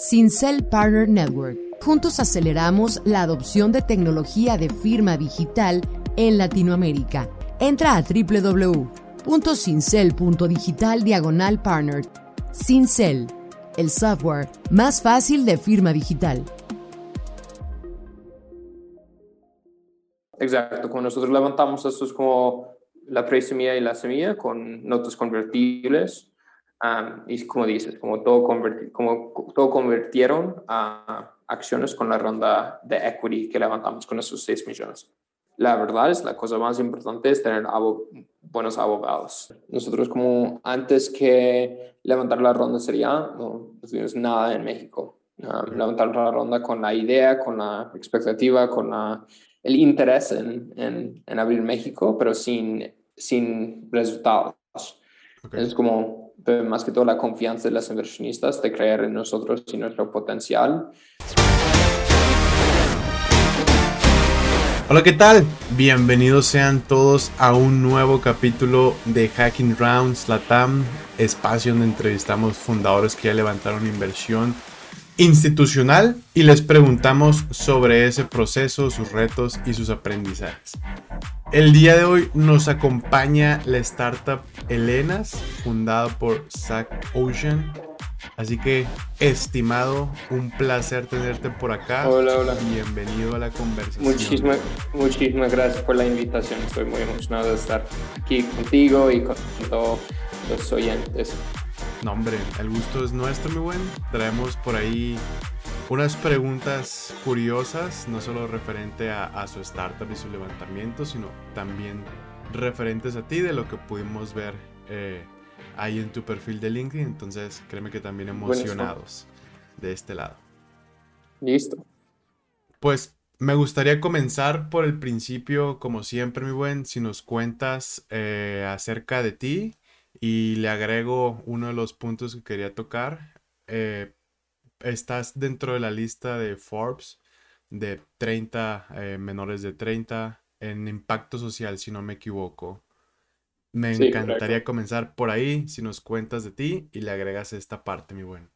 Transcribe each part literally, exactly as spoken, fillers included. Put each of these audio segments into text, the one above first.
Sincel Partner Network. Juntos aceleramos la adopción de tecnología de firma digital en Latinoamérica. Entra a doble u doble u doble u punto sincel punto digital diagonal partner. Sincel, el software más fácil de firma digital. Exacto, cuando nosotros levantamos esto es como la presemilla y la semilla con notas convertibles. Um, y como dices, como todo, converti- como todo convirtieron a acciones con la ronda de equity que levantamos con esos seis millones. La verdad es la cosa más importante es tener abo- buenos abogados. Nosotros como antes que levantar la ronda sería, no, no tuvimos nada en México. Um, levantar la ronda con la idea, con la expectativa, con la, el interés en, en, en abrir México, pero sin, sin resultados. Okay. Es como más que todo la confianza de los inversionistas de creer en nosotros y nuestro potencial. Hola, ¿qué tal? Bienvenidos sean todos a un nuevo capítulo de Hacking Rounds Latam, espacio donde entrevistamos fundadores que ya levantaron inversión institucional y les preguntamos sobre ese proceso, sus retos y sus aprendizajes. El día de hoy nos acompaña la startup Elenas, fundada por Zach Ocean. Así que, estimado, un placer tenerte por acá. Hola, hola. Bienvenido a la conversación. Muchísimas, muchísimas gracias por la invitación. Estoy muy emocionado de estar aquí contigo y con todos los oyentes. No, hombre, el gusto es nuestro, mi buen. Traemos por ahí unas preguntas curiosas, no solo referente a, a su startup y su levantamiento, sino también referentes a ti, de lo que pudimos ver eh, ahí en tu perfil de LinkedIn. Entonces, créeme que también emocionados Buenísimo. De este lado. Listo. Pues me gustaría comenzar por el principio, como siempre, mi buen, si nos cuentas eh, acerca de ti y le agrego uno de los puntos que quería tocar. Eh, estás dentro de la lista de Forbes de treinta eh, menores de treinta en impacto social, si no me equivoco. Me sí, encantaría correcto. Comenzar por ahí, si nos cuentas de ti y le agregas esta parte, mi buen.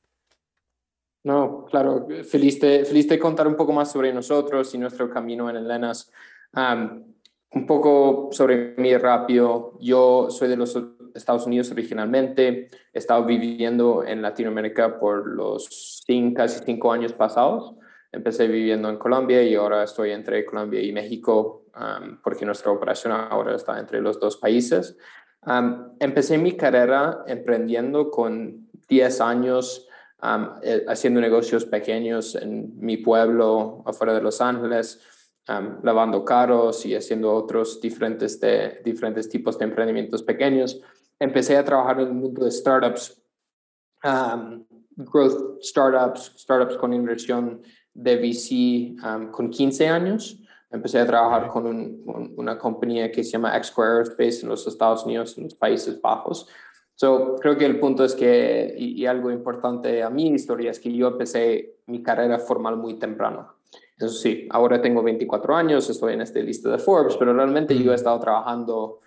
No, claro, feliz de, feliz de contar un poco más sobre nosotros y nuestro camino en Elenas. Um, un poco sobre mí rápido. Yo soy de los Estados Unidos originalmente. He estado viviendo en Latinoamérica por los cinco, casi cinco años pasados. Empecé viviendo en Colombia y ahora estoy entre Colombia y México um, porque nuestra operación ahora está entre los dos países. Um, empecé mi carrera emprendiendo con diez años. Um, eh, haciendo negocios pequeños en mi pueblo afuera de Los Ángeles, um, lavando carros y haciendo otros diferentes, de, diferentes tipos de emprendimientos pequeños. Empecé a trabajar en el mundo de startups, um, growth startups, startups con inversión de V C um, con quince años. Empecé a trabajar con un, un, una compañía que se llama X-Square Aerospace en los Estados Unidos, en los Países Bajos. So, creo que el punto es que, y, y algo importante a mi historia, es que yo empecé mi carrera formal muy temprano. Eso sí, ahora tengo veinticuatro años, estoy en esta lista de Forbes, pero realmente mm. yo he estado trabajando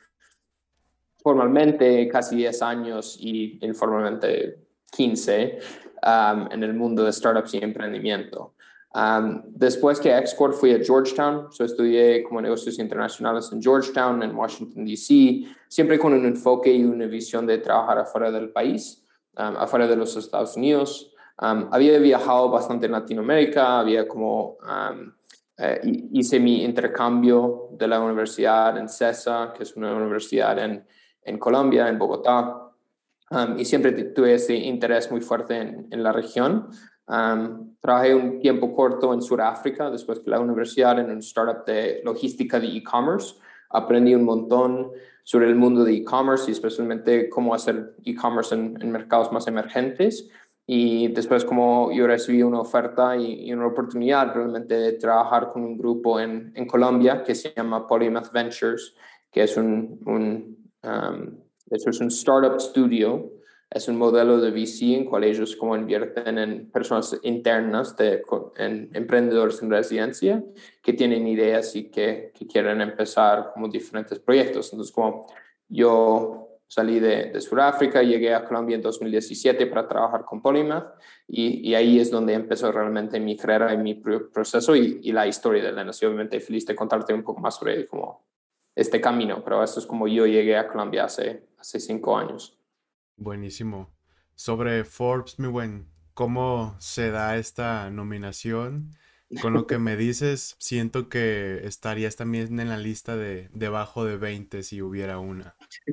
formalmente casi diez años y informalmente quince um, en el mundo de startups y emprendimiento. Um, después que X-Square fui a Georgetown, so estudié como negocios internacionales en Georgetown, en Washington, D C, siempre con un enfoque y una visión de trabajar afuera del país, um, afuera de los Estados Unidos. Um, había viajado bastante en Latinoamérica, había como, um, eh, hice mi intercambio de la universidad en CESA, que es una universidad en, en Colombia, en Bogotá, um, y siempre tuve ese interés muy fuerte en, en la región. Um, trabajé un tiempo corto en Sudáfrica después de la universidad en un startup de logística de e-commerce. Aprendí un montón sobre el mundo de e-commerce y especialmente cómo hacer e-commerce en, en mercados más emergentes. Y después como yo recibí una oferta y, y una oportunidad realmente de trabajar con un grupo en, en Colombia que se llama Polymath Ventures, que es un, un, um, eso es un startup studio. Es un modelo de V C en cual ellos como invierten en personas internas, de, en emprendedores en residencia que tienen ideas y que, que quieren empezar como diferentes proyectos. Entonces, como yo salí de, de Sudáfrica, llegué a Colombia en dos mil diecisiete para trabajar con Polymath y, y ahí es donde empezó realmente mi carrera y mi proceso y, y la historia de Lenas. Y obviamente feliz de contarte un poco más sobre como este camino, pero esto es como yo llegué a Colombia hace, hace cinco años. Buenísimo. Sobre Forbes, mi buen, ¿cómo se da esta nominación? Con lo que me dices, siento que estarías también en la lista de debajo de veinte si hubiera una.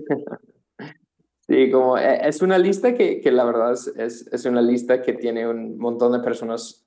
Sí, como eh, es una lista que, que la verdad es, es, es una lista que tiene un montón de personas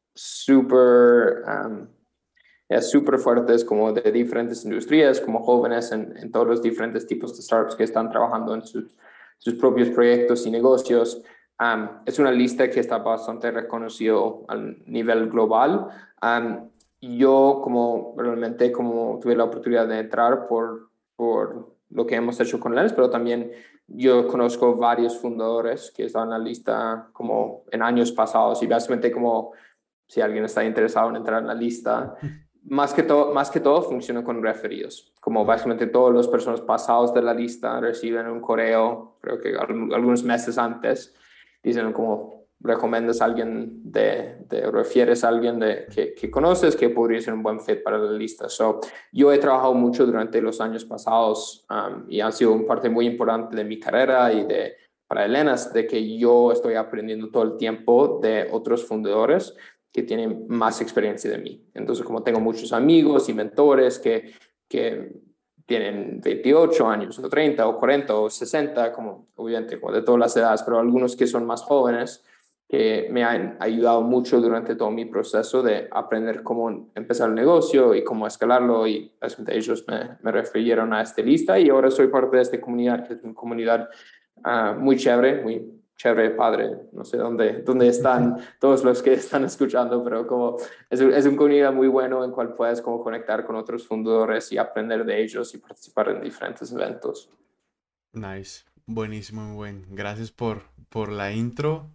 súper um, es súper fuertes, como de diferentes industrias, como jóvenes en, en todos los diferentes tipos de startups que están trabajando en sus, sus propios proyectos y negocios. Um, es una lista que está bastante reconocido a nivel global. Um, yo como realmente como tuve la oportunidad de entrar por, por lo que hemos hecho con Lens, pero también yo conozco varios fundadores que están en la lista como en años pasados y básicamente como si alguien está interesado en entrar en la lista, más que todo, más que todo funciona con referidos. Como básicamente todas las personas pasadas de la lista reciben un correo, creo que algunos meses antes, dicen como recomiendas a alguien, de, de refieres a alguien de, que, que conoces que podría ser un buen fit para la lista. So, yo he trabajado mucho durante los años pasados um, y ha sido una parte muy importante de mi carrera y de para Elenas, de que yo estoy aprendiendo todo el tiempo de otros fundadores que tienen más experiencia de mí. Entonces, como tengo muchos amigos y mentores que, que tienen veintiocho años, o treinta, o cuarenta, o sesenta, como obviamente como de todas las edades, pero algunos que son más jóvenes, que me han ayudado mucho durante todo mi proceso de aprender cómo empezar el negocio y cómo escalarlo, y ellos me, me refirieron a esta lista y ahora soy parte de esta comunidad, que es una comunidad uh, muy chévere, muy chévere, padre, no sé dónde, dónde están todos los que están escuchando, pero como es, es una comunidad muy bueno en cual puedes como conectar con otros fundadores y aprender de ellos y participar en diferentes eventos. Nice, buenísimo, muy buen. Gracias por, por la intro.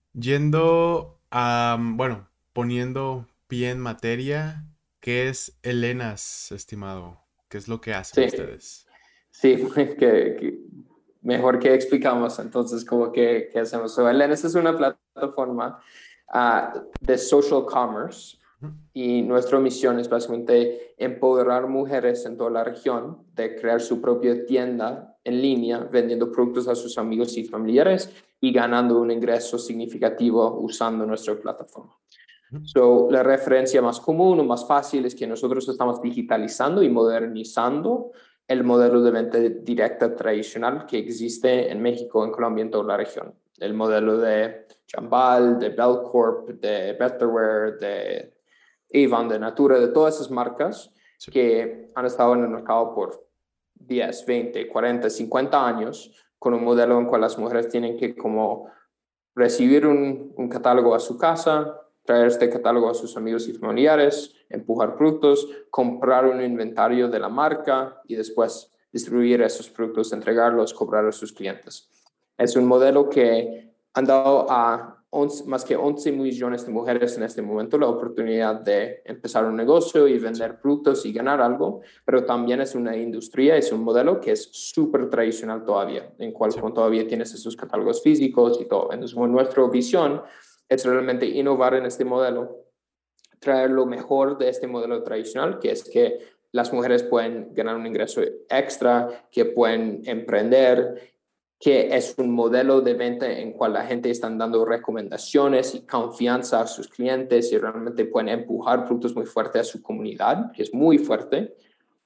Yendo a, bueno, poniendo pie en materia, ¿qué es Elenas, estimado? ¿Qué es lo que hacen Sí, ustedes? sí, que, que mejor que explicamos entonces como que, que hacemos. So, Elenas es una plataforma uh, de social commerce y nuestra misión es básicamente empoderar mujeres en toda la región de crear su propia tienda en línea, vendiendo productos a sus amigos y familiares y ganando un ingreso significativo usando nuestra plataforma. So, la referencia más común o más fácil es que nosotros estamos digitalizando y modernizando el modelo de venta directa tradicional que existe en México, en Colombia, en toda la región. El modelo de Chambal, de Belcorp, de Betterware, de Avon, de Natura, de todas esas marcas sí. que han estado en el mercado por diez, veinte, cuarenta, cincuenta años, con un modelo en cual las mujeres tienen que como recibir un, un catálogo a su casa, traer este catálogo a sus amigos y familiares, empujar productos, comprar un inventario de la marca y después distribuir esos productos, entregarlos, cobrar a sus clientes. Es un modelo que han dado a once, más que once millones de mujeres en este momento la oportunidad de empezar un negocio y vender productos y ganar algo, pero también es una industria, es un modelo que es súper tradicional todavía, en cual sí. todavía tienes esos catálogos físicos y todo. Entonces, nuestra visión es realmente innovar en este modelo, traer lo mejor de este modelo tradicional, que es que las mujeres pueden ganar un ingreso extra, que pueden emprender, que es un modelo de venta en cual la gente está dando recomendaciones y confianza a sus clientes y realmente pueden empujar productos muy fuertes a su comunidad, que es muy fuerte.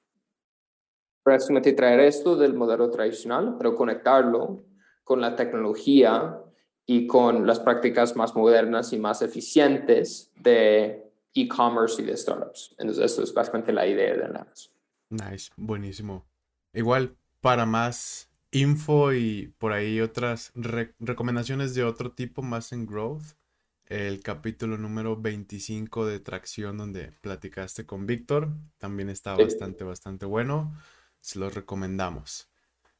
Realmente traer esto del modelo tradicional, pero conectarlo con la tecnología y con las prácticas más modernas y más eficientes de e-commerce y de startups. Entonces, eso es básicamente la idea de Elenas. Nice, buenísimo. Igual, para más info y por ahí otras re recomendaciones de otro tipo más en Growth, el capítulo número veinticinco de Tracción donde platicaste con Víctor, también está sí. bastante, bastante bueno. Se los recomendamos.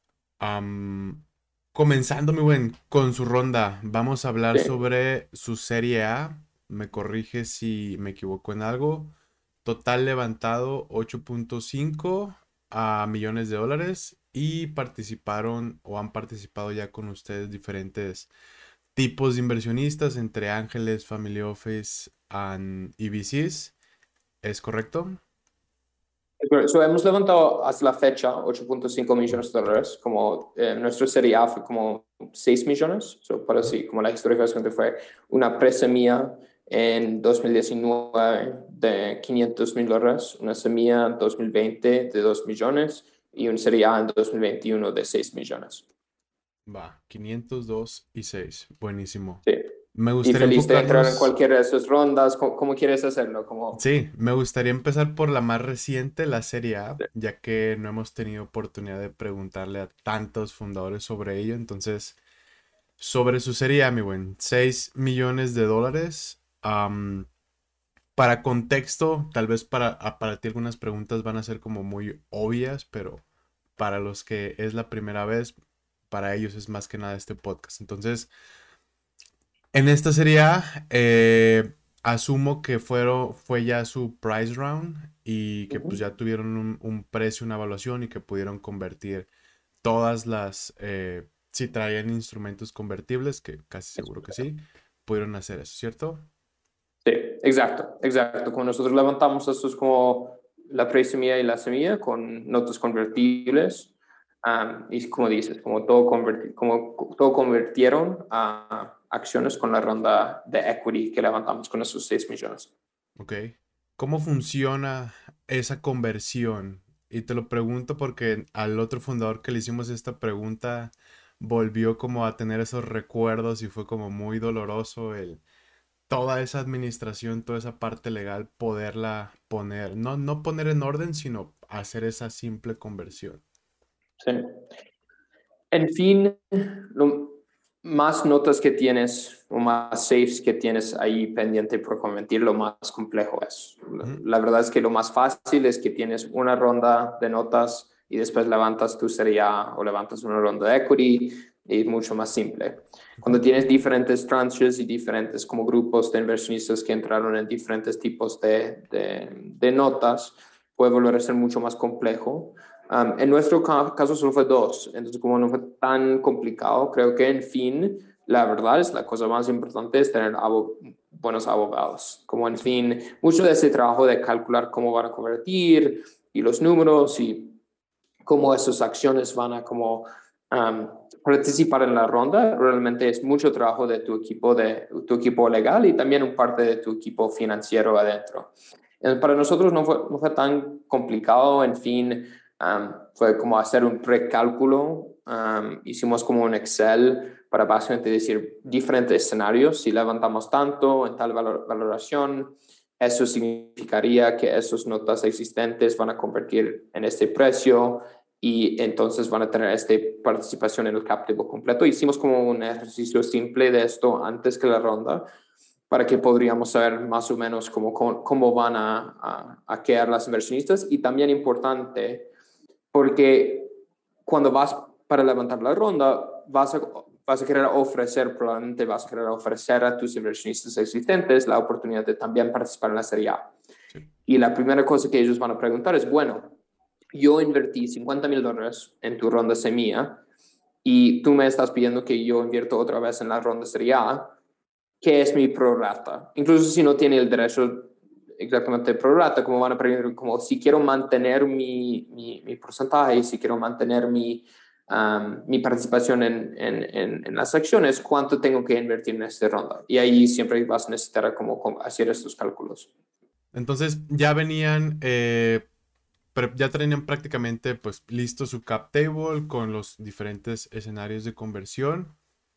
Um, comenzando, muy buen, con su ronda, vamos a hablar sí. sobre su serie A. Me corrige si me equivoco en algo. Total levantado ocho punto cinco a millones de dólares y participaron o han participado ya con ustedes diferentes tipos de inversionistas entre ángeles, family office and E V Cs. ¿Es correcto? So, hemos levantado hasta la fecha ocho punto cinco millones de dólares, como eh, nuestra serie A fue como seis millones, so, para así, como la historia básicamente fue una presemilla en dos mil diecinueve de quinientos mil dólares, una semilla en dos mil veinte de dos millones y una serie A en dos mil veintiuno de seis millones. Va, quinientos dos y seis, buenísimo. Sí. Me Y gustaría feliz de entrar en enfocarnos... cualquiera de esas rondas. ¿Cómo, cómo quieres hacerlo? Como... Sí, me gustaría empezar por la más reciente, la Serie A, Sí. ya que no hemos tenido oportunidad de preguntarle a tantos fundadores sobre ello. Entonces, sobre su Serie A, mi buen, seis millones de dólares. Am, para contexto, tal vez para, a- para ti algunas preguntas van a ser como muy obvias, pero para los que es la primera vez, para ellos es más que nada este podcast. Entonces, en esta serie A, eh, asumo que fueron, fue ya su price round y que pues Ujú. ya tuvieron un, un precio, una evaluación y que pudieron convertir todas las, eh, si traían instrumentos convertibles, que casi seguro que sí, pudieron hacer eso, ¿cierto? Sí, exacto, exacto. Como nosotros levantamos esto es como la presemilla y la semilla con notas convertibles. Um, y como dices, como todo, converti como todo convirtieron a acciones con la ronda de equity que levantamos con esos seis millones. Ok. ¿Cómo funciona esa conversión? Y te lo pregunto porque al otro fundador que le hicimos esta pregunta volvió como a tener esos recuerdos y fue como muy doloroso el toda esa administración, toda esa parte legal, poderla poner, no, no poner en orden, sino hacer esa simple conversión. Sí. En fin, lo más notas que tienes o más safes que tienes ahí pendiente por convertir, lo más complejo es. Ujú. La verdad es que lo más fácil es que tienes una ronda de notas y después levantas tu serie A o levantas una ronda de equity y es mucho más simple. Cuando tienes diferentes tranches y diferentes como grupos de inversionistas que entraron en diferentes tipos de, de, de notas, puede volver a ser mucho más complejo. Um, en nuestro caso solo fue dos, entonces como no fue tan complicado, creo que en fin, la verdad es la cosa más importante es tener abo buenos abogados. Como en Sí. fin, mucho de ese trabajo de calcular cómo van a convertir y los números y cómo esas acciones van a como um, participar en la ronda, realmente es mucho trabajo de tu equipo, de tu equipo legal y también un parte de tu equipo financiero adentro. Entonces, para nosotros no fue, no fue tan complicado, en fin, um, fue como hacer un precálculo, um, hicimos como un Excel para básicamente decir diferentes escenarios, si levantamos tanto en tal valor, valoración, eso significaría que esas notas existentes van a convertir en este precio y entonces van a tener esta participación en el cap table completo. Hicimos como un ejercicio simple de esto antes que la ronda para que podríamos saber más o menos cómo, cómo, cómo van a, a, a quedar las inversionistas y también importante porque cuando vas para levantar la ronda vas a, vas a querer ofrecer, probablemente vas a querer ofrecer a tus inversionistas existentes la oportunidad de también participar en la serie A. Sí. Y la primera cosa que ellos van a preguntar es, bueno, yo invertí cincuenta mil dólares en tu ronda semilla y tú me estás pidiendo que yo invierto otra vez en la ronda serie A, ¿qué es mi prorata? Incluso si no tiene el derecho exactamente de prorata, como van a preguntar, como si quiero mantener mi, mi, mi porcentaje, si quiero mantener mi, um, mi participación en, en, en, en las acciones, ¿cuánto tengo que invertir en esta ronda? Y ahí siempre vas a necesitar como, como hacer estos cálculos. Entonces ya venían, eh, pero ya tenían prácticamente pues listo su cap table con los diferentes escenarios de conversión.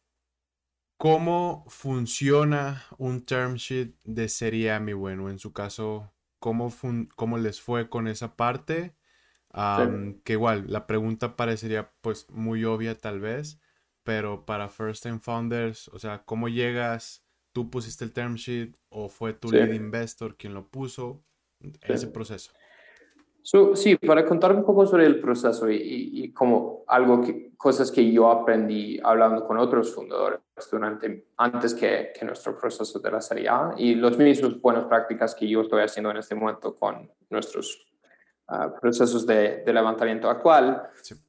¿Cómo funciona un term sheet de serie A, mi bueno? En su caso, ¿cómo, fun- cómo les fue con esa parte? Sí. Am, que igual, la pregunta parecería pues muy obvia tal vez, pero para First Time Founders, o sea, ¿cómo llegas? ¿Tú pusiste el term sheet o fue tu Sí, lead investor quien lo puso? sí. Ese proceso. So, sí, para contar un poco sobre el proceso y, y, y como algo que, cosas que yo aprendí hablando con otros fundadores durante, antes que, que nuestro proceso de la serie A y los mismos buenas prácticas que yo estoy haciendo en este momento con nuestros uh, procesos de, de levantamiento actual. Sí.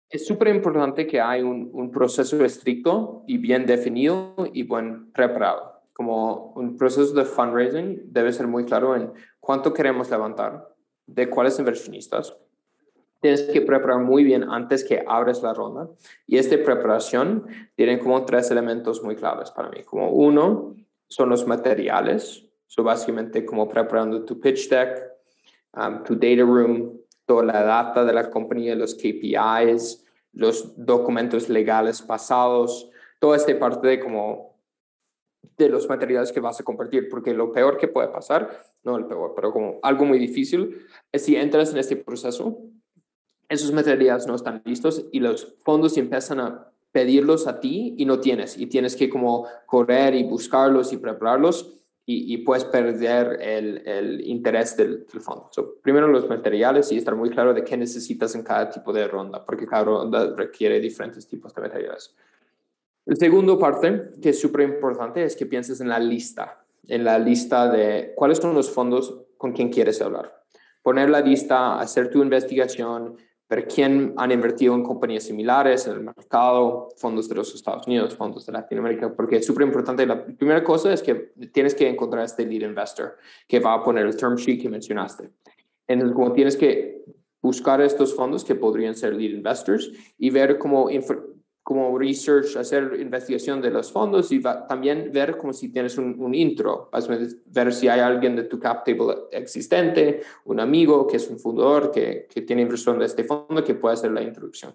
Es súper importante que hay un, un proceso estricto y bien definido y bien preparado. Como un proceso de fundraising debe ser muy claro en cuánto queremos levantar, de cuáles inversionistas. Tienes que preparar muy bien antes que abres la ronda. Y esta preparación tiene como tres elementos muy claves para mí. Como uno, son los materiales. So, básicamente como preparando tu pitch deck, um, tu data room, toda la data de la compañía, los K P Is, los documentos legales pasados, toda esta parte de como de los materiales que vas a compartir, porque lo peor que puede pasar, no el peor, pero como algo muy difícil, es si entras en este proceso, esos materiales no están listos y los fondos empiezan a pedirlos a ti y no tienes, y tienes que como correr y buscarlos y prepararlos y, y puedes perder el, el interés del, del fondo. So, primero los materiales y estar muy claro de qué necesitas en cada tipo de ronda, porque cada ronda requiere diferentes tipos de materiales. El segundo parte, que es súper importante, es que pienses en la lista, en la lista de cuáles son los fondos con quien quieres hablar. Poner la lista, hacer tu investigación, ver quién han invertido en compañías similares en el mercado, fondos de los Estados Unidos, fondos de Latinoamérica, porque es súper importante. La primera cosa es que tienes que encontrar este lead investor que va a poner el term sheet que mencionaste. Entonces, como tienes que buscar estos fondos que podrían ser lead investors y ver cómo como research, hacer investigación de los fondos y va, también ver como si tienes un, un intro, vas a ver si hay alguien de tu cap table existente, un amigo que es un fundador que, que tiene inversión de este fondo que puede hacer la introducción.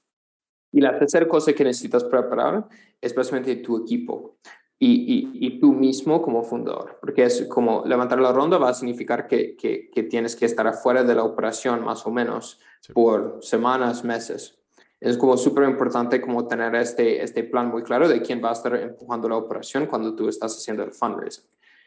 Y la tercera cosa que necesitas preparar es básicamente tu equipo y, y, y tú mismo como fundador, porque es como levantar la ronda va a significar que, que, que tienes que estar afuera de la operación más o menos sí. por semanas, meses. Es como súper importante como tener este, este plan muy claro de quién va a estar empujando la operación cuando tú estás haciendo el fundraising.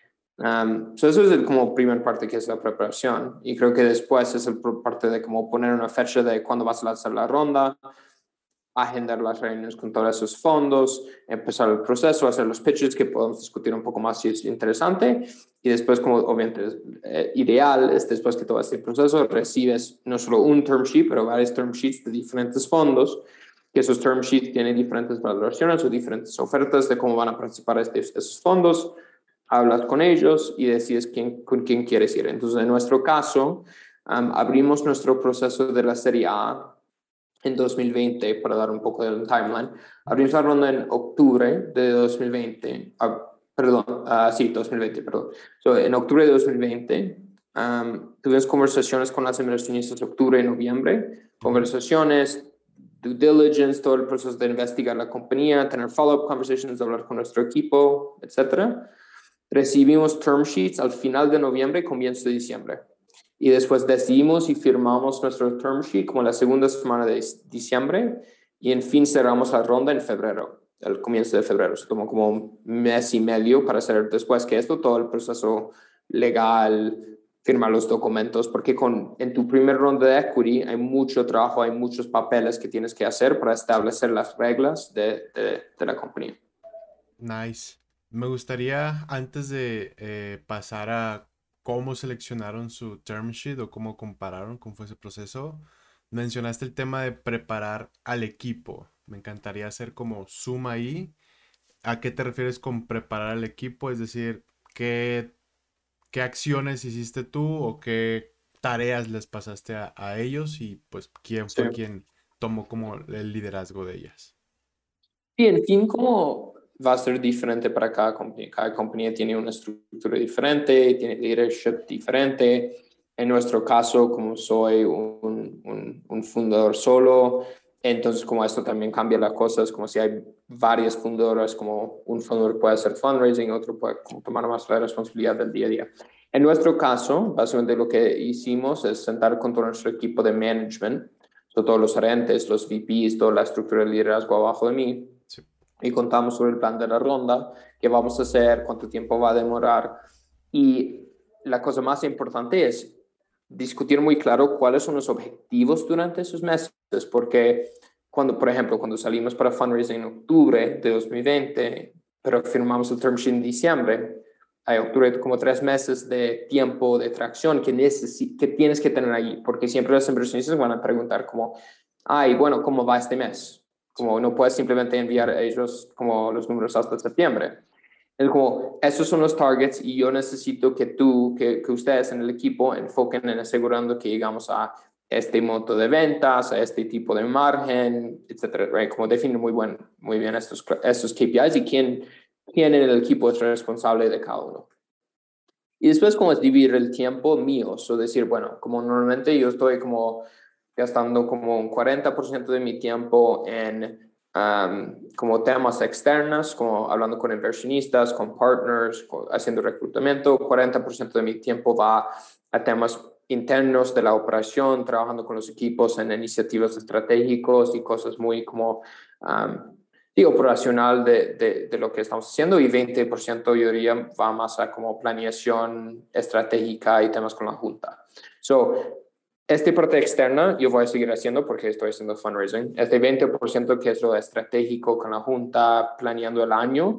Um, so eso es el como primer parte que es la preparación. Y creo que después es el parte de como poner una fecha de cuándo vas a lanzar la ronda, agendar las reuniones con todos esos fondos, empezar el proceso, hacer los pitches que podemos discutir un poco más si es interesante. Y después, como obviamente eh, ideal, es después que todo este proceso recibes no solo un term sheet, pero varios term sheets de diferentes fondos, que esos term sheets tienen diferentes valoraciones o diferentes ofertas de cómo van a participar este, esos fondos. Hablas con ellos y decides quién, con quién quieres ir. Entonces, en nuestro caso, um, abrimos nuestro proceso de la Serie A en dos mil veinte, para dar un poco del timeline. Abrimos la ronda en octubre de dos mil veinte. Uh, perdón, uh, sí, dos mil veinte, perdón. So, en octubre de dos mil veinte, um, tuvimos conversaciones con las inversionistas de octubre y noviembre. Conversaciones, due diligence, todo el proceso de investigar la compañía, tener follow-up conversations, hablar con nuestro equipo, etcétera. Recibimos term sheets al final de noviembre, comienzo de diciembre. Y después decidimos y firmamos nuestro term sheet como la segunda semana de diciembre y en fin cerramos la ronda en febrero, el comienzo de febrero. Se tomó como un mes y medio para hacer después que esto, todo el proceso legal, firmar los documentos, porque con, en tu primer ronda de equity hay mucho trabajo, hay muchos papeles que tienes que hacer para establecer las reglas de, de, de la compañía. Nice. Me gustaría, antes de eh, pasar a cómo seleccionaron su term sheet o cómo compararon, cómo fue ese proceso, mencionaste el tema de preparar al equipo. Me encantaría hacer como suma ahí. ¿A qué te refieres con preparar al equipo? Es decir, ¿qué, qué acciones hiciste tú o qué tareas les pasaste a, a ellos y pues quién fue sí. quien tomó como el liderazgo de ellas? Y en fin, como va a ser diferente para cada compañía. Cada compañía tiene una estructura diferente, tiene leadership diferente. En nuestro caso, como soy un, un, un fundador solo, entonces como esto también cambia las cosas, como si hay varios fundadores, como un fundador puede hacer fundraising, otro puede como tomar más la responsabilidad del día a día. En nuestro caso, básicamente lo que hicimos es sentar con todo nuestro equipo de management, todos los gerentes, los V Ps, toda la estructura de liderazgo abajo de mí, sí. Y contamos sobre el plan de la ronda, qué vamos a hacer, cuánto tiempo va a demorar. Y la cosa más importante es discutir muy claro cuáles son los objetivos durante esos meses, porque cuando, por ejemplo, cuando salimos para fundraising en octubre de dos mil veinte, pero firmamos el term sheet en diciembre, hay octubre como tres meses de tiempo de tracción que, necesi- que tienes que tener ahí, porque siempre los inversionistas van a preguntar como, ah, y bueno, ¿cómo va este mes? Como no puedes simplemente enviar a ellos como los números hasta septiembre. Es como, esos son los targets y yo necesito que tú, que, que ustedes en el equipo enfoquen en asegurando que llegamos a este monto de ventas, a este tipo de margen, etcétera, right? Como definir muy, buen, muy bien estos, estos K P Is y quién, quién en el equipo es responsable de cada uno. Y después como es dividir el tiempo mío, o so decir, bueno, como normalmente yo estoy como gastando como un cuarenta por ciento de mi tiempo en um, como temas externos, como hablando con inversionistas, con partners, con, haciendo reclutamiento, cuarenta por ciento de mi tiempo va a temas internos de la operación, trabajando con los equipos en iniciativas estratégicos y cosas muy como um, y operacional de, de, de lo que estamos haciendo, y veinte por ciento yo diría va más a como planeación estratégica y temas con la junta. So, esta parte externa yo voy a seguir haciendo porque estoy haciendo fundraising. Este veinte por ciento que es lo estratégico con la junta, planeando el año,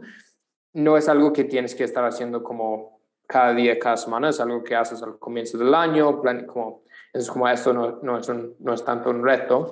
no es algo que tienes que estar haciendo como cada día, cada semana, es algo que haces al comienzo del año, plan, como, es como esto no, no, es un, no es tanto un reto.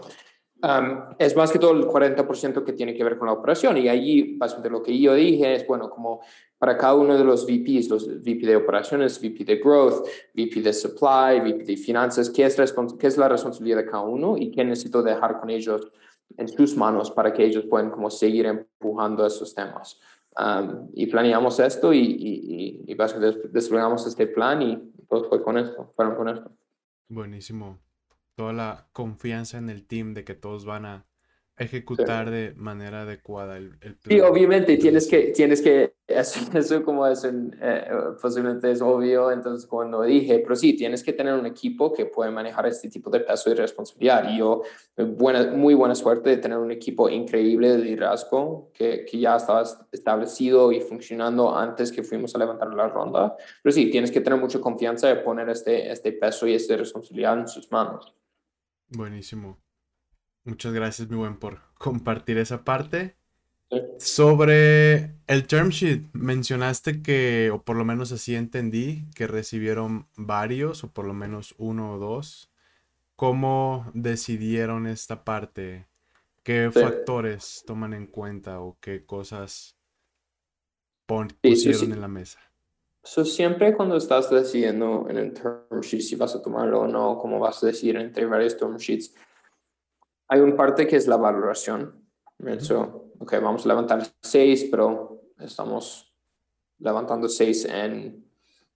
Um, es más que todo el cuarenta por ciento que tiene que ver con la operación, y allí básicamente lo que yo dije es, bueno, como para cada uno de los V Ps, los V P de operaciones, V P de growth, V P de supply, V P de finanzas, ¿qué es, qué es la responsabilidad de cada uno y qué necesito dejar con ellos en sus manos para que ellos puedan como seguir empujando esos temas? Um, y planeamos esto y, y, y básicamente desplegamos este plan y todo fue con esto, fueron con esto. Buenísimo. Toda la confianza en el team de que todos van a ejecutar sí. de manera adecuada el, el plan. Sí, obviamente tienes que, tienes que, eso, eso como es un, eh, posiblemente es obvio, entonces cuando dije, pero sí, tienes que tener un equipo que puede manejar este tipo de peso y responsabilidad. Y yo, buena, muy buena suerte de tener un equipo increíble de liderazgo que, que ya estaba establecido y funcionando antes que fuimos a levantar la ronda. Pero sí, tienes que tener mucha confianza de poner este, este peso y esta responsabilidad en sus manos. Buenísimo. Muchas gracias, mi buen, por compartir esa parte. Sí. Sobre el term sheet, mencionaste que, o por lo menos así entendí, que recibieron varios, o por lo menos uno o dos. ¿Cómo decidieron esta parte? ¿Qué sí. factores toman en cuenta o qué cosas pon, pusieron sí, sí, sí. en la mesa? So, siempre cuando estás decidiendo en el term sheet si vas a tomarlo o no, cómo vas a decidir entre varios term sheets, hay una parte que es la valoración. Uh-huh. So, ok, vamos a levantar seis, pero estamos levantando seis en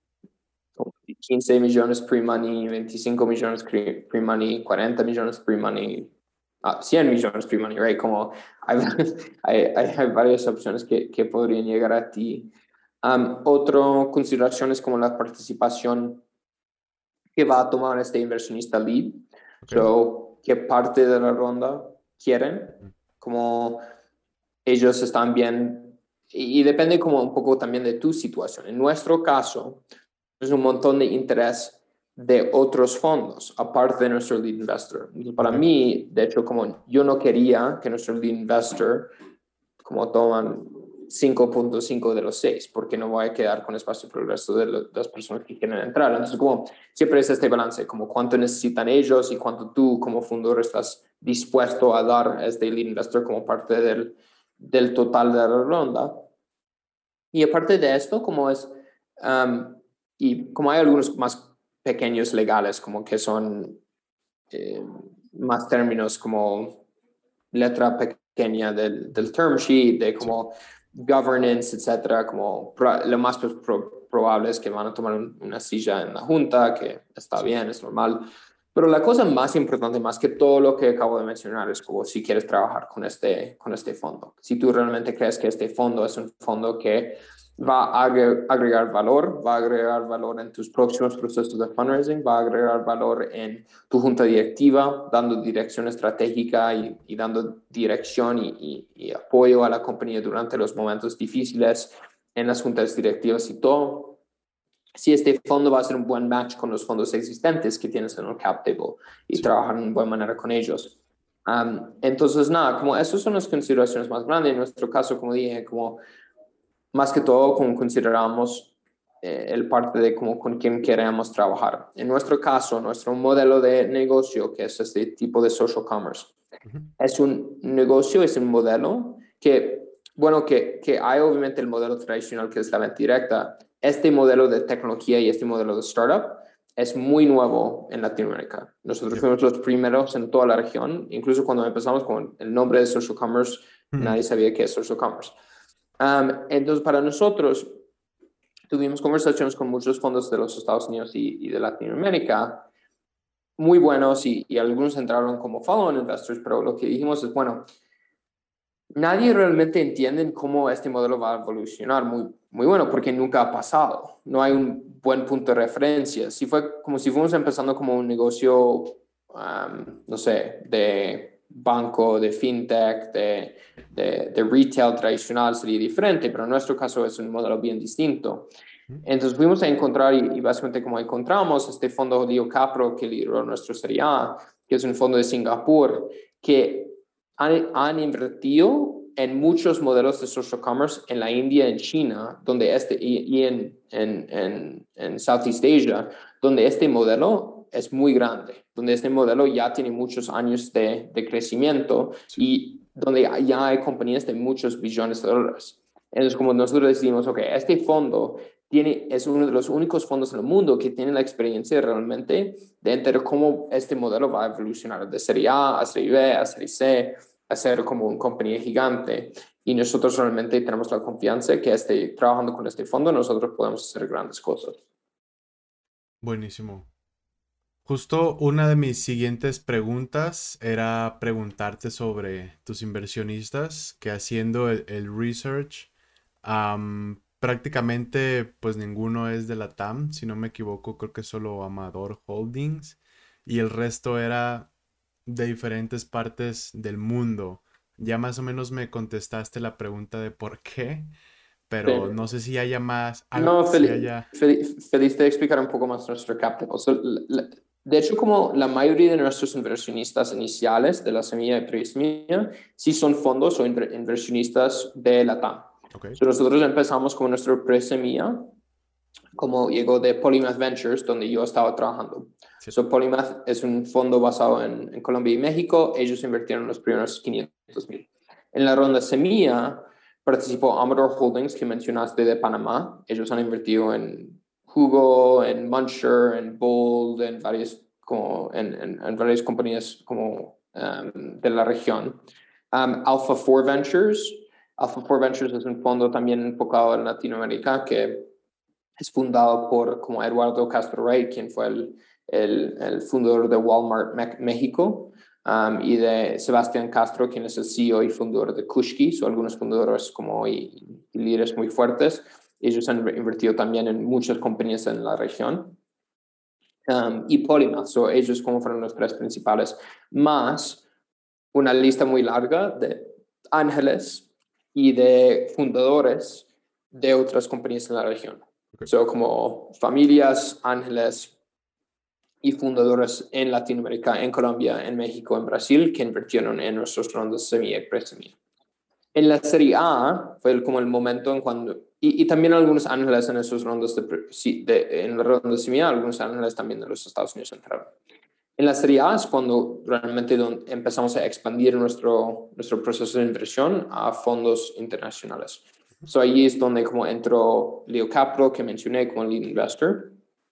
quince millones pre-money, veinticinco millones pre-money, cuarenta millones pre-money, ah, cien millones pre-money, right? Como hay, hay, hay varias opciones que, que podrían llegar a ti. Um, otra consideración es como la participación que va a tomar este inversionista lead. Okay. So, qué parte de la ronda quieren, como ellos están bien, y, y depende como un poco también de tu situación. En nuestro caso, es un montón de interés de otros fondos, aparte de nuestro lead investor. Y para okay. mí, de hecho, como yo no quería que nuestro lead investor como toman cinco punto cinco de los seis, porque no voy a quedar con espacio para el resto de, lo, de las personas que quieren entrar. Entonces, como siempre es este balance, como cuánto necesitan ellos y cuánto tú como fundador estás dispuesto a dar a este lead investor como parte del, del total de la ronda. Y aparte de esto, como es, um, y como hay algunos más pequeños legales, como que son eh, más términos como letra pequeña, pequeña del, del term sheet, de como governance, etcétera, como pro, lo más pro, probable es que van a tomar un, una silla en la junta, que está bien, es normal. Pero la cosa más importante, más que todo lo que acabo de mencionar, es como si quieres trabajar con este, con este fondo. Si tú realmente crees que este fondo es un fondo que va a agregar valor, va a agregar valor en tus próximos procesos de fundraising, va a agregar valor en tu junta directiva, dando dirección estratégica y, y dando dirección y, y, y apoyo a la compañía durante los momentos difíciles en las juntas directivas y todo. Si este fondo va a ser un buen match con los fondos existentes que tienes en el cap table y sí. trabajar de buena manera con ellos. Um, entonces, nada, como esas son las consideraciones más grandes. En nuestro caso, como dije, como más que todo, como consideramos eh, el parte de como con quién queremos trabajar. En nuestro caso, nuestro modelo de negocio, que es este tipo de social commerce, Uh-huh. Es un negocio, es un modelo que, bueno, que, que hay obviamente el modelo tradicional que es la venta directa. Este modelo de tecnología y este modelo de startup es muy nuevo en Latinoamérica. Nosotros yeah. fuimos los primeros en toda la región, incluso cuando empezamos con el nombre de social commerce, uh-huh. nadie sabía qué es social commerce. Um, entonces, para nosotros, tuvimos conversaciones con muchos fondos de los Estados Unidos y, y de Latinoamérica, muy buenos, y, y algunos entraron como follow-on investors, pero lo que dijimos es, bueno, nadie realmente entiende cómo este modelo va a evolucionar muy, muy bueno, porque nunca ha pasado. No hay un buen punto de referencia. Si fue como si fuéramos empezando como un negocio, um, no sé, de banco, de fintech, de, de, de retail tradicional, sería diferente, pero en nuestro caso es un modelo bien distinto. Entonces fuimos a encontrar, y, y básicamente como encontramos, este fondo Leo Capro, que lideró nuestro Serie A, que es un fondo de Singapur, que han, han invertido en muchos modelos de social commerce en la India, en China, donde este, y, y en, en, en, en Southeast Asia, donde este modelo es muy grande, donde este modelo ya tiene muchos años de, de crecimiento y donde ya hay compañías de muchos billones de dólares. Entonces, como nosotros decidimos, ok, este fondo tiene, es uno de los únicos fondos en el mundo que tiene la experiencia realmente de entender cómo este modelo va a evolucionar de serie A a serie B, a serie C, a ser como una compañía gigante. Y nosotros realmente tenemos la confianza que este, trabajando con este fondo nosotros podemos hacer grandes cosas. Buenísimo. Justo una de mis siguientes preguntas era preguntarte sobre tus inversionistas, que haciendo el, el research, um, prácticamente pues ninguno es de la T A M, si no me equivoco, creo que solo Amador Holdings, y el resto era de diferentes partes del mundo. Ya más o menos me contestaste la pregunta de por qué, pero sí. No sé si haya más... No, si feliz, haya... feliz, feliz de explicar un poco más nuestro capital. So, la, de hecho, como la mayoría de nuestros inversionistas iniciales de la semilla de pre-semilla, sí son fondos o inversionistas de la T A M. Okay. So, nosotros empezamos con nuestro pre-semilla, como llegó de Polymath Ventures, donde yo estaba trabajando. Sí. So, Polymath es un fondo basado en, en Colombia y México. Ellos invirtieron los primeros quinientos mil. En la ronda semilla participó Amador Holdings, que mencionaste, de Panamá. Ellos han invertido en Jugo, en Muncher, en Bold, en varias, como, en, en, en varias compañías como, um, de la región. Um, Alpha four Ventures. Alpha four Ventures es un fondo también enfocado en Latinoamérica que es fundado por como Eduardo Castro Rey, quien fue el, el, el fundador de Walmart Me- México, um, y de Sebastián Castro, quien es el C E O y fundador de Kushki. Son algunos fundadores como y, y líderes muy fuertes. Ellos han invertido también en muchas compañías en la región. Um, y Polymath, so ellos como fueron los tres principales, más una lista muy larga de ángeles y de fundadores de otras compañías en la región. Okay. So, como familias, ángeles y fundadores en Latinoamérica, en Colombia, en México, en Brasil, que invirtieron en nuestros rondos semilla y pre-semilla. En la serie A fue como el momento en cuando, y, y también algunos ángeles en esos rondos de, de en la ronda de semilla, algunos ángeles también de los Estados Unidos entraron. En la serie A es cuando realmente donde empezamos a expandir nuestro, nuestro proceso de inversión a fondos internacionales. So, ahí es donde como entró Leo Capro, que mencioné como lead investor.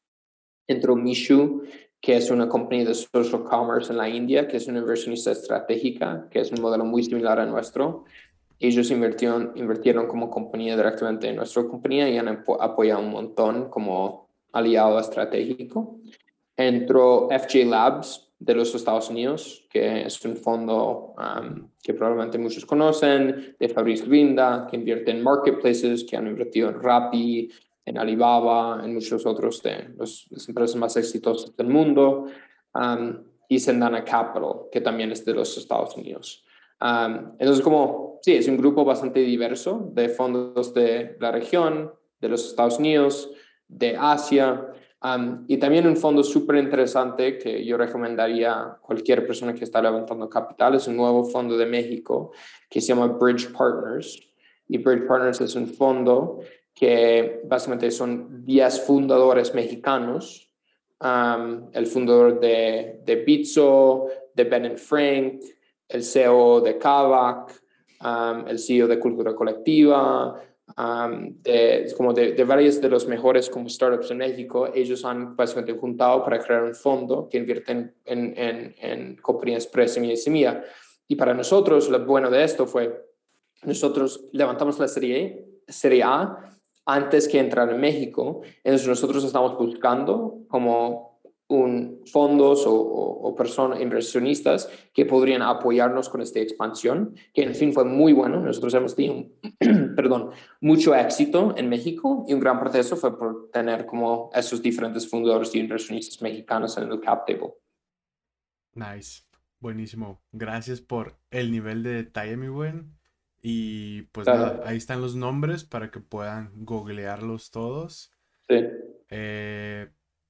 Entró Mishu, que es una compañía de social commerce en la India, que es una inversionista estratégica, que es un modelo muy similar a nuestro. Ellos invirtieron, invirtieron como compañía directamente en nuestra compañía y han apoyado un montón como aliado estratégico. Entró F J Labs de los Estados Unidos, que es un fondo um, que probablemente muchos conocen, de Fabrice Rinda, que invierte en marketplaces, que han invertido en Rappi, en Alibaba, en muchos otros de los, las empresas más exitosas del mundo. Um, y Sendana Capital, que también es de los Estados Unidos. Um, entonces, como, sí, es un grupo bastante diverso de fondos de la región, de los Estados Unidos, de Asia. Um, y también un fondo súper interesante que yo recomendaría a cualquier persona que está levantando capital es un nuevo fondo de México que se llama Bridge Partners. Y Bridge Partners es un fondo que básicamente son diez fundadores mexicanos. Um, el fundador de, de Bitso, de Ben and Frank, el C E O de Kavak, um, el C E O de Cultura Colectiva, um, de, como de, de varios de los mejores como startups en México. Ellos han básicamente juntado para crear un fondo que invierte en, en, en, en compañías pre-semilla y semilla. Y para nosotros, lo bueno de esto fue, nosotros levantamos la serie, serie A antes que entrar en México. Entonces nosotros estamos buscando como un, fondos o, o, o personas inversionistas que podrían apoyarnos con esta expansión, que en fin fue muy bueno. Nosotros hemos tenido perdón, mucho éxito en México y un gran parte de eso fue por tener como esos diferentes fundadores y inversionistas mexicanos en el cap table. Nice, buenísimo. Gracias por el nivel de detalle, mi buen. Y pues Claro. nada, ahí están los nombres para que puedan googlearlos todos. Sí. Eh,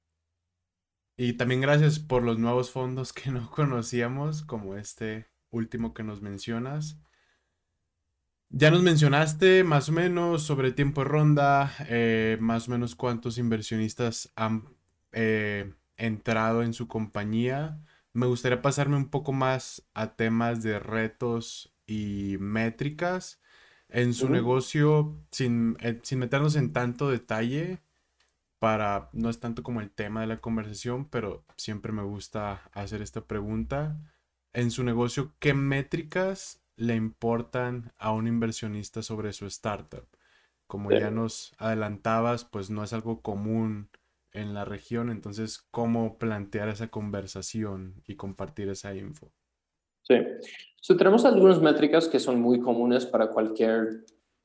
y también gracias por los nuevos fondos que no conocíamos, como este último que nos mencionas. Ya nos mencionaste más o menos sobre tiempo de ronda, eh, más o menos cuántos inversionistas han eh, entrado en su compañía. Me gustaría pasarme un poco más a temas de retos y métricas en su Uh-huh. negocio, sin, eh, sin meternos en tanto detalle, para, no es tanto como el tema de la conversación, pero siempre me gusta hacer esta pregunta. En su negocio, ¿qué métricas le importan a un inversionista sobre su startup? Como Sí. ya nos adelantabas, pues no es algo común en la región, entonces, ¿cómo plantear esa conversación y compartir esa info? Sí. So, tenemos algunas métricas que son muy comunes para cualquier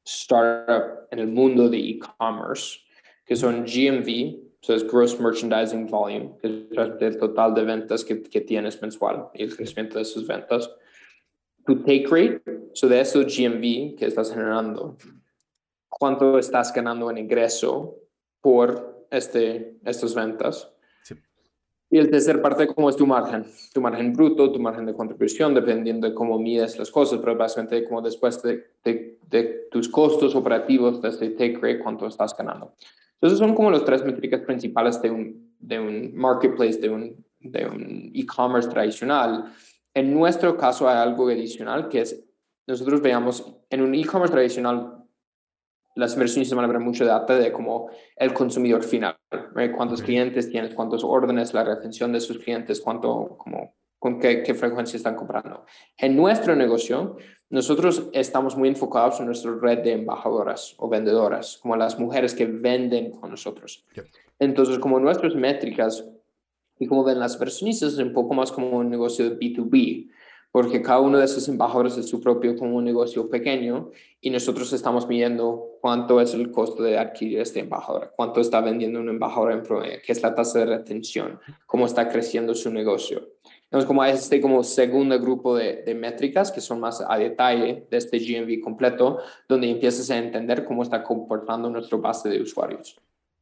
startup en el mundo de e-commerce, que son G M V, so es Gross Merchandising Volume, que es el total de ventas que, que tienes mensual y el crecimiento de sus ventas. Tu take rate, so de eso G M V que estás generando, cuánto estás ganando en ingreso por este, estas ventas. Sí. Y el tercer parte, ¿cómo es tu margen? Tu margen bruto, tu margen de contribución, dependiendo de cómo mides las cosas, pero básicamente como después de, de, de tus costos operativos, de este take rate, cuánto estás ganando. Entonces son como las tres métricas principales de un, de un marketplace, de un, de un e-commerce tradicional. En nuestro caso hay algo adicional que es, nosotros veamos, en un e-commerce tradicional, las inversionistas van a ver mucho data de como el consumidor final, ¿right? Cuántos Ok. clientes tienes, cuántos órdenes, la retención de sus clientes, cuánto, como, con qué, qué frecuencia están comprando. En nuestro negocio, nosotros estamos muy enfocados en nuestra red de embajadoras o vendedoras, como las mujeres que venden con nosotros. Yep. Entonces, como nuestras métricas y como ven las inversionistas, es un poco más como un negocio de B dos B, porque cada uno de esos embajadores es su propio como un negocio pequeño y nosotros estamos midiendo cuánto es el costo de adquirir este embajador, cuánto está vendiendo un embajador en promedio, qué es la tasa de retención, cómo está creciendo su negocio. Entonces, como hay este como segundo grupo de, de métricas que son más a detalle de este G M V completo, donde empiezas a entender cómo está comportando nuestra base de usuarios.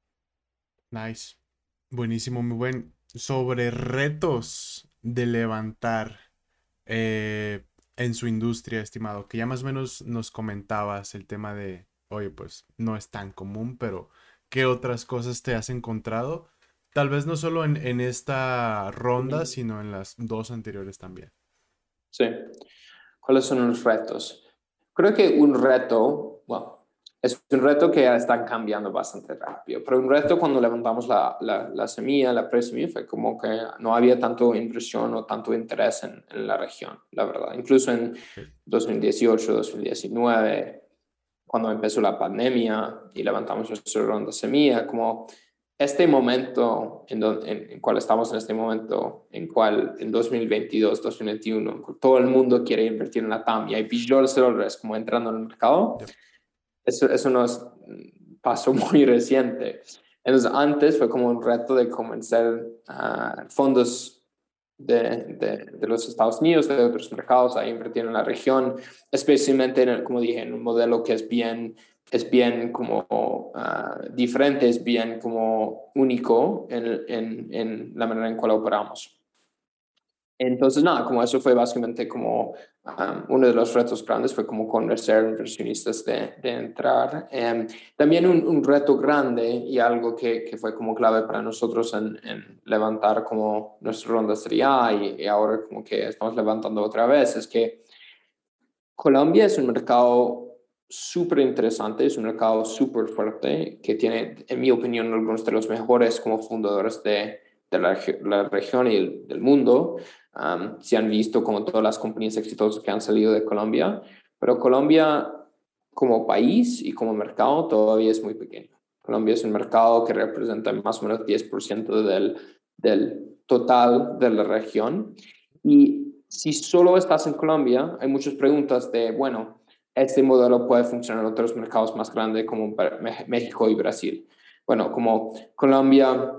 Nice. Buenísimo, muy buen. Sobre retos de levantar eh, en su industria, estimado, que ya más o menos nos comentabas el tema de, oye, pues no es tan común, pero ¿qué otras cosas te has encontrado? Tal vez no solo en, en esta ronda, sino en las dos anteriores también. Sí. ¿Cuáles son los retos? Creo que un reto, bueno, es un reto que ya están cambiando bastante rápido, pero un reto cuando levantamos la, la, la semilla, la pre-semilla, fue como que no había tanto inversión o tanto interés en, en la región, la verdad. Incluso en dos mil dieciocho, dos mil diecinueve, cuando empezó la pandemia y levantamos nuestra ronda semilla, como este momento en, donde, en, en cual estamos en este momento, en cual en dos mil veintidós, dos mil veintiuno, todo el mundo quiere invertir en la T A M y hay billones de dólares como entrando en el mercado, Yep. eso, eso no es paso muy reciente. Entonces antes fue como un reto de convencer uh, fondos de, de, de los Estados Unidos, de otros mercados a invertir en la región, especialmente en el, como dije, en un modelo que es bien es bien como uh, diferente, es bien como único en, en, en la manera en cual operamos. Entonces, nada, como eso fue básicamente como um, uno de los retos grandes, fue como convencer a inversionistas de, de entrar. Um, también un, un reto grande y algo que, que fue como clave para nosotros en, en levantar como nuestra ronda Serie A y, y ahora como que estamos levantando otra vez, es que Colombia es un mercado súper interesante, es un mercado súper fuerte que tiene, en mi opinión, algunos de los mejores como fundadores de, de la, la región y el, del mundo. Um, se han visto como todas las compañías exitosas que han salido de Colombia, pero Colombia como país y como mercado todavía es muy pequeño. Colombia es un mercado que representa más o menos diez por ciento del, del total de la región. Y si solo estás en Colombia, hay muchas preguntas de, bueno, este modelo puede funcionar en otros mercados más grandes como México y Brasil. Bueno, como Colombia,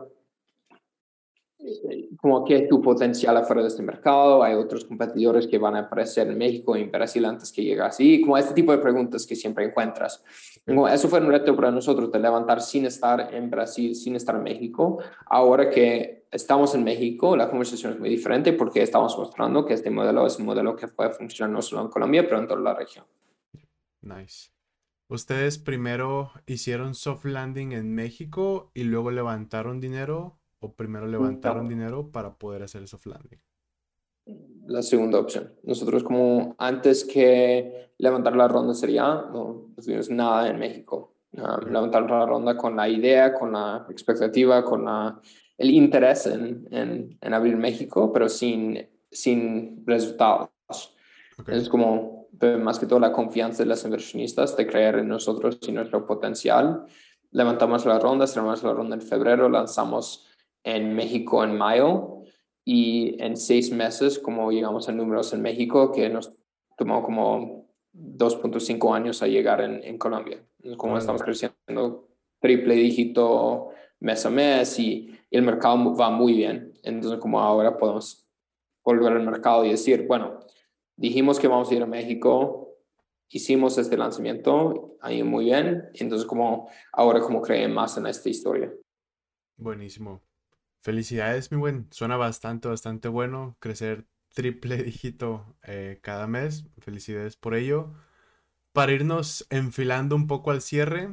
como que es tu potencial afuera de este mercado, hay otros competidores que van a aparecer en México y en Brasil antes que llegue así, como este tipo de preguntas que siempre encuentras. Como eso fue un reto para nosotros de levantar sin estar en Brasil, sin estar en México. Ahora que estamos en México, la conversación es muy diferente porque estamos mostrando que este modelo es un modelo que puede funcionar no solo en Colombia, pero en toda la región. Nice. ¿Ustedes primero hicieron soft landing en México y luego levantaron dinero o primero levantaron No. dinero para poder hacer el soft landing? La segunda opción. Nosotros como antes que levantar la ronda sería, no, no tuvimos nada en México. Um, Okay. levantar la ronda con la idea, con la expectativa, con la, el interés en, en, en abrir México, pero sin, sin resultados. Okay. Es como más que todo la confianza de los inversionistas de creer en nosotros y nuestro potencial. Levantamos la ronda, cerramos la ronda en febrero, lanzamos en México en mayo. Y en seis meses, como llegamos a números en México, que nos tomó como dos punto cinco años a llegar en, en Colombia. Como Órale. estamos creciendo triple dígito mes a mes y, y el mercado va muy bien. Entonces, como ahora podemos volver al mercado y decir, bueno, dijimos que vamos a ir a México, hicimos este lanzamiento, ahí muy bien. Entonces, como ahora como creen más en esta historia. Buenísimo. Felicidades, mi buen. Suena bastante, bastante bueno. Crecer triple dígito eh, cada mes. Felicidades por ello. Para irnos enfilando un poco al cierre,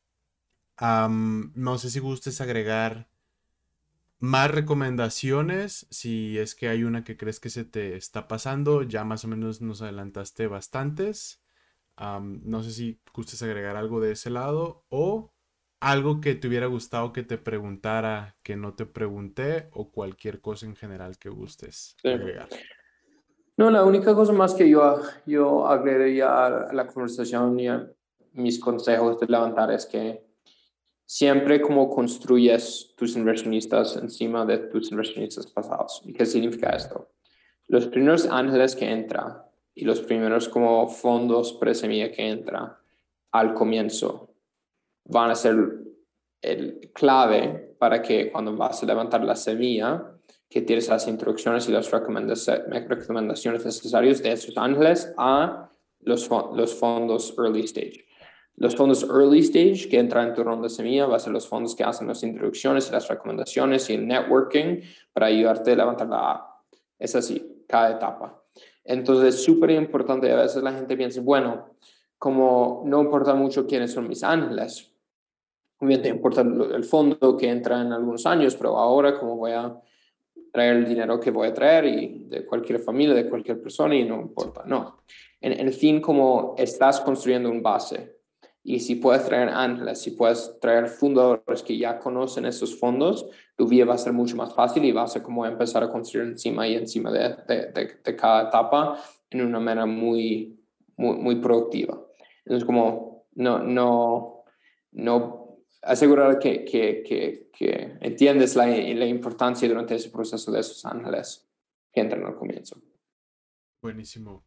um, no sé si gustes agregar más recomendaciones. Si es que hay una que crees que se te está pasando, ya más o menos nos adelantaste bastantes. Um, no sé si gustes agregar algo de ese lado o algo que te hubiera gustado que te preguntara que no te pregunté o cualquier cosa en general que gustes Sí. agregar. No, la única cosa más que yo, yo agregaría a la conversación y a mis consejos de levantar es que siempre como construyes tus inversionistas encima de tus inversionistas pasados. ¿Y qué significa esto? Los primeros ángeles que entran y los primeros como fondos pre-semilla que entran al comienzo van a ser el clave para que cuando vas a levantar la semilla, que tienes las instrucciones y las recomendaciones necesarias de esos ángeles a los, los fondos early stage. Los fondos early stage que entran en tu ronda de semilla van a ser los fondos que hacen las introducciones y las recomendaciones y el networking para ayudarte a levantar la A. Es así, cada etapa. Entonces es súper importante. A veces la gente piensa, bueno, como no importa mucho quiénes son mis ángeles, obviamente importa el fondo que entra en algunos años, pero ahora como voy a traer el dinero que voy a traer y de cualquier familia, de cualquier persona y no importa, no. En, en fin, como estás construyendo un base y si puedes traer ángeles, si puedes traer fundadores que ya conocen esos fondos, tu vida va a ser mucho más fácil y vas a como empezar a construir encima y encima de, de, de, de cada etapa en una manera muy, muy, muy productiva. Entonces, como no, no, no asegurar que, que, que, que entiendes la, la importancia durante ese proceso de esos ángeles que entran al comienzo. Buenísimo.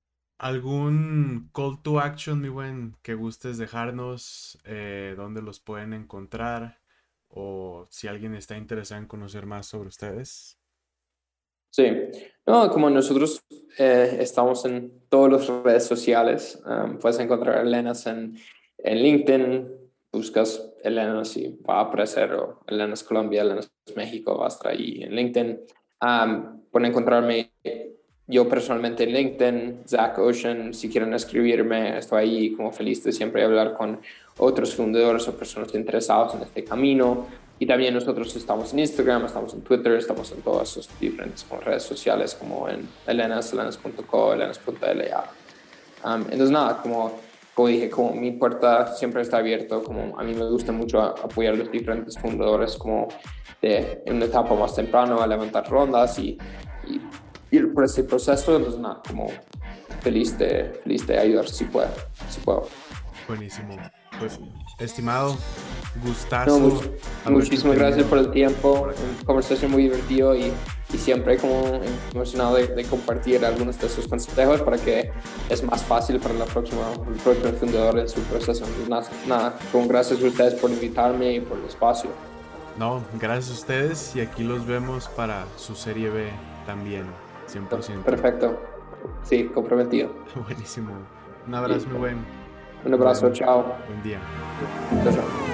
¿Algún call to action, mi buen, que gustes dejarnos? Eh, ¿Dónde los pueden encontrar? O si alguien está interesado en conocer más sobre ustedes. Sí, no, como nosotros eh, estamos en todas las redes sociales, um, puedes encontrar a Elenas en, en LinkedIn, buscas Elenas y va a aparecer, o Elenas Colombia, Elenas México, va a estar ahí en LinkedIn. Um, pueden encontrarme yo personalmente en LinkedIn, Zach Ocean. Si quieren escribirme, estoy ahí como feliz de siempre hablar con otros fundadores o personas interesadas en este camino. Y también nosotros estamos en Instagram, estamos en Twitter, estamos en todas las diferentes como redes sociales, como en elenas, elenas punto co, elenas punto l a. Um, entonces nada, como, como dije, como mi puerta siempre está abierta, como a mí me gusta mucho apoyar a los diferentes fundadores como de, en una etapa más temprana a levantar rondas y, y ir por ese proceso. Entonces nada, como feliz de, feliz de ayudar si puedo, si puedo. Buenísimo. Pues, estimado, gustazo. No, much, muchísimas gracias por el tiempo, una conversación muy divertida y, y siempre como emocionado de, de compartir algunos de esos consejos para que es más fácil para la próxima, el próximo fundador en su proceso. Nada, nada, con gracias a ustedes por invitarme y por el espacio. No, gracias a ustedes y aquí los vemos para su serie B también, cien por ciento. Perfecto, sí, comprometido. Buenísimo. Un abrazo, sí. Muy buen. Un abrazo, buen, chao. Buen día. Chao, chao.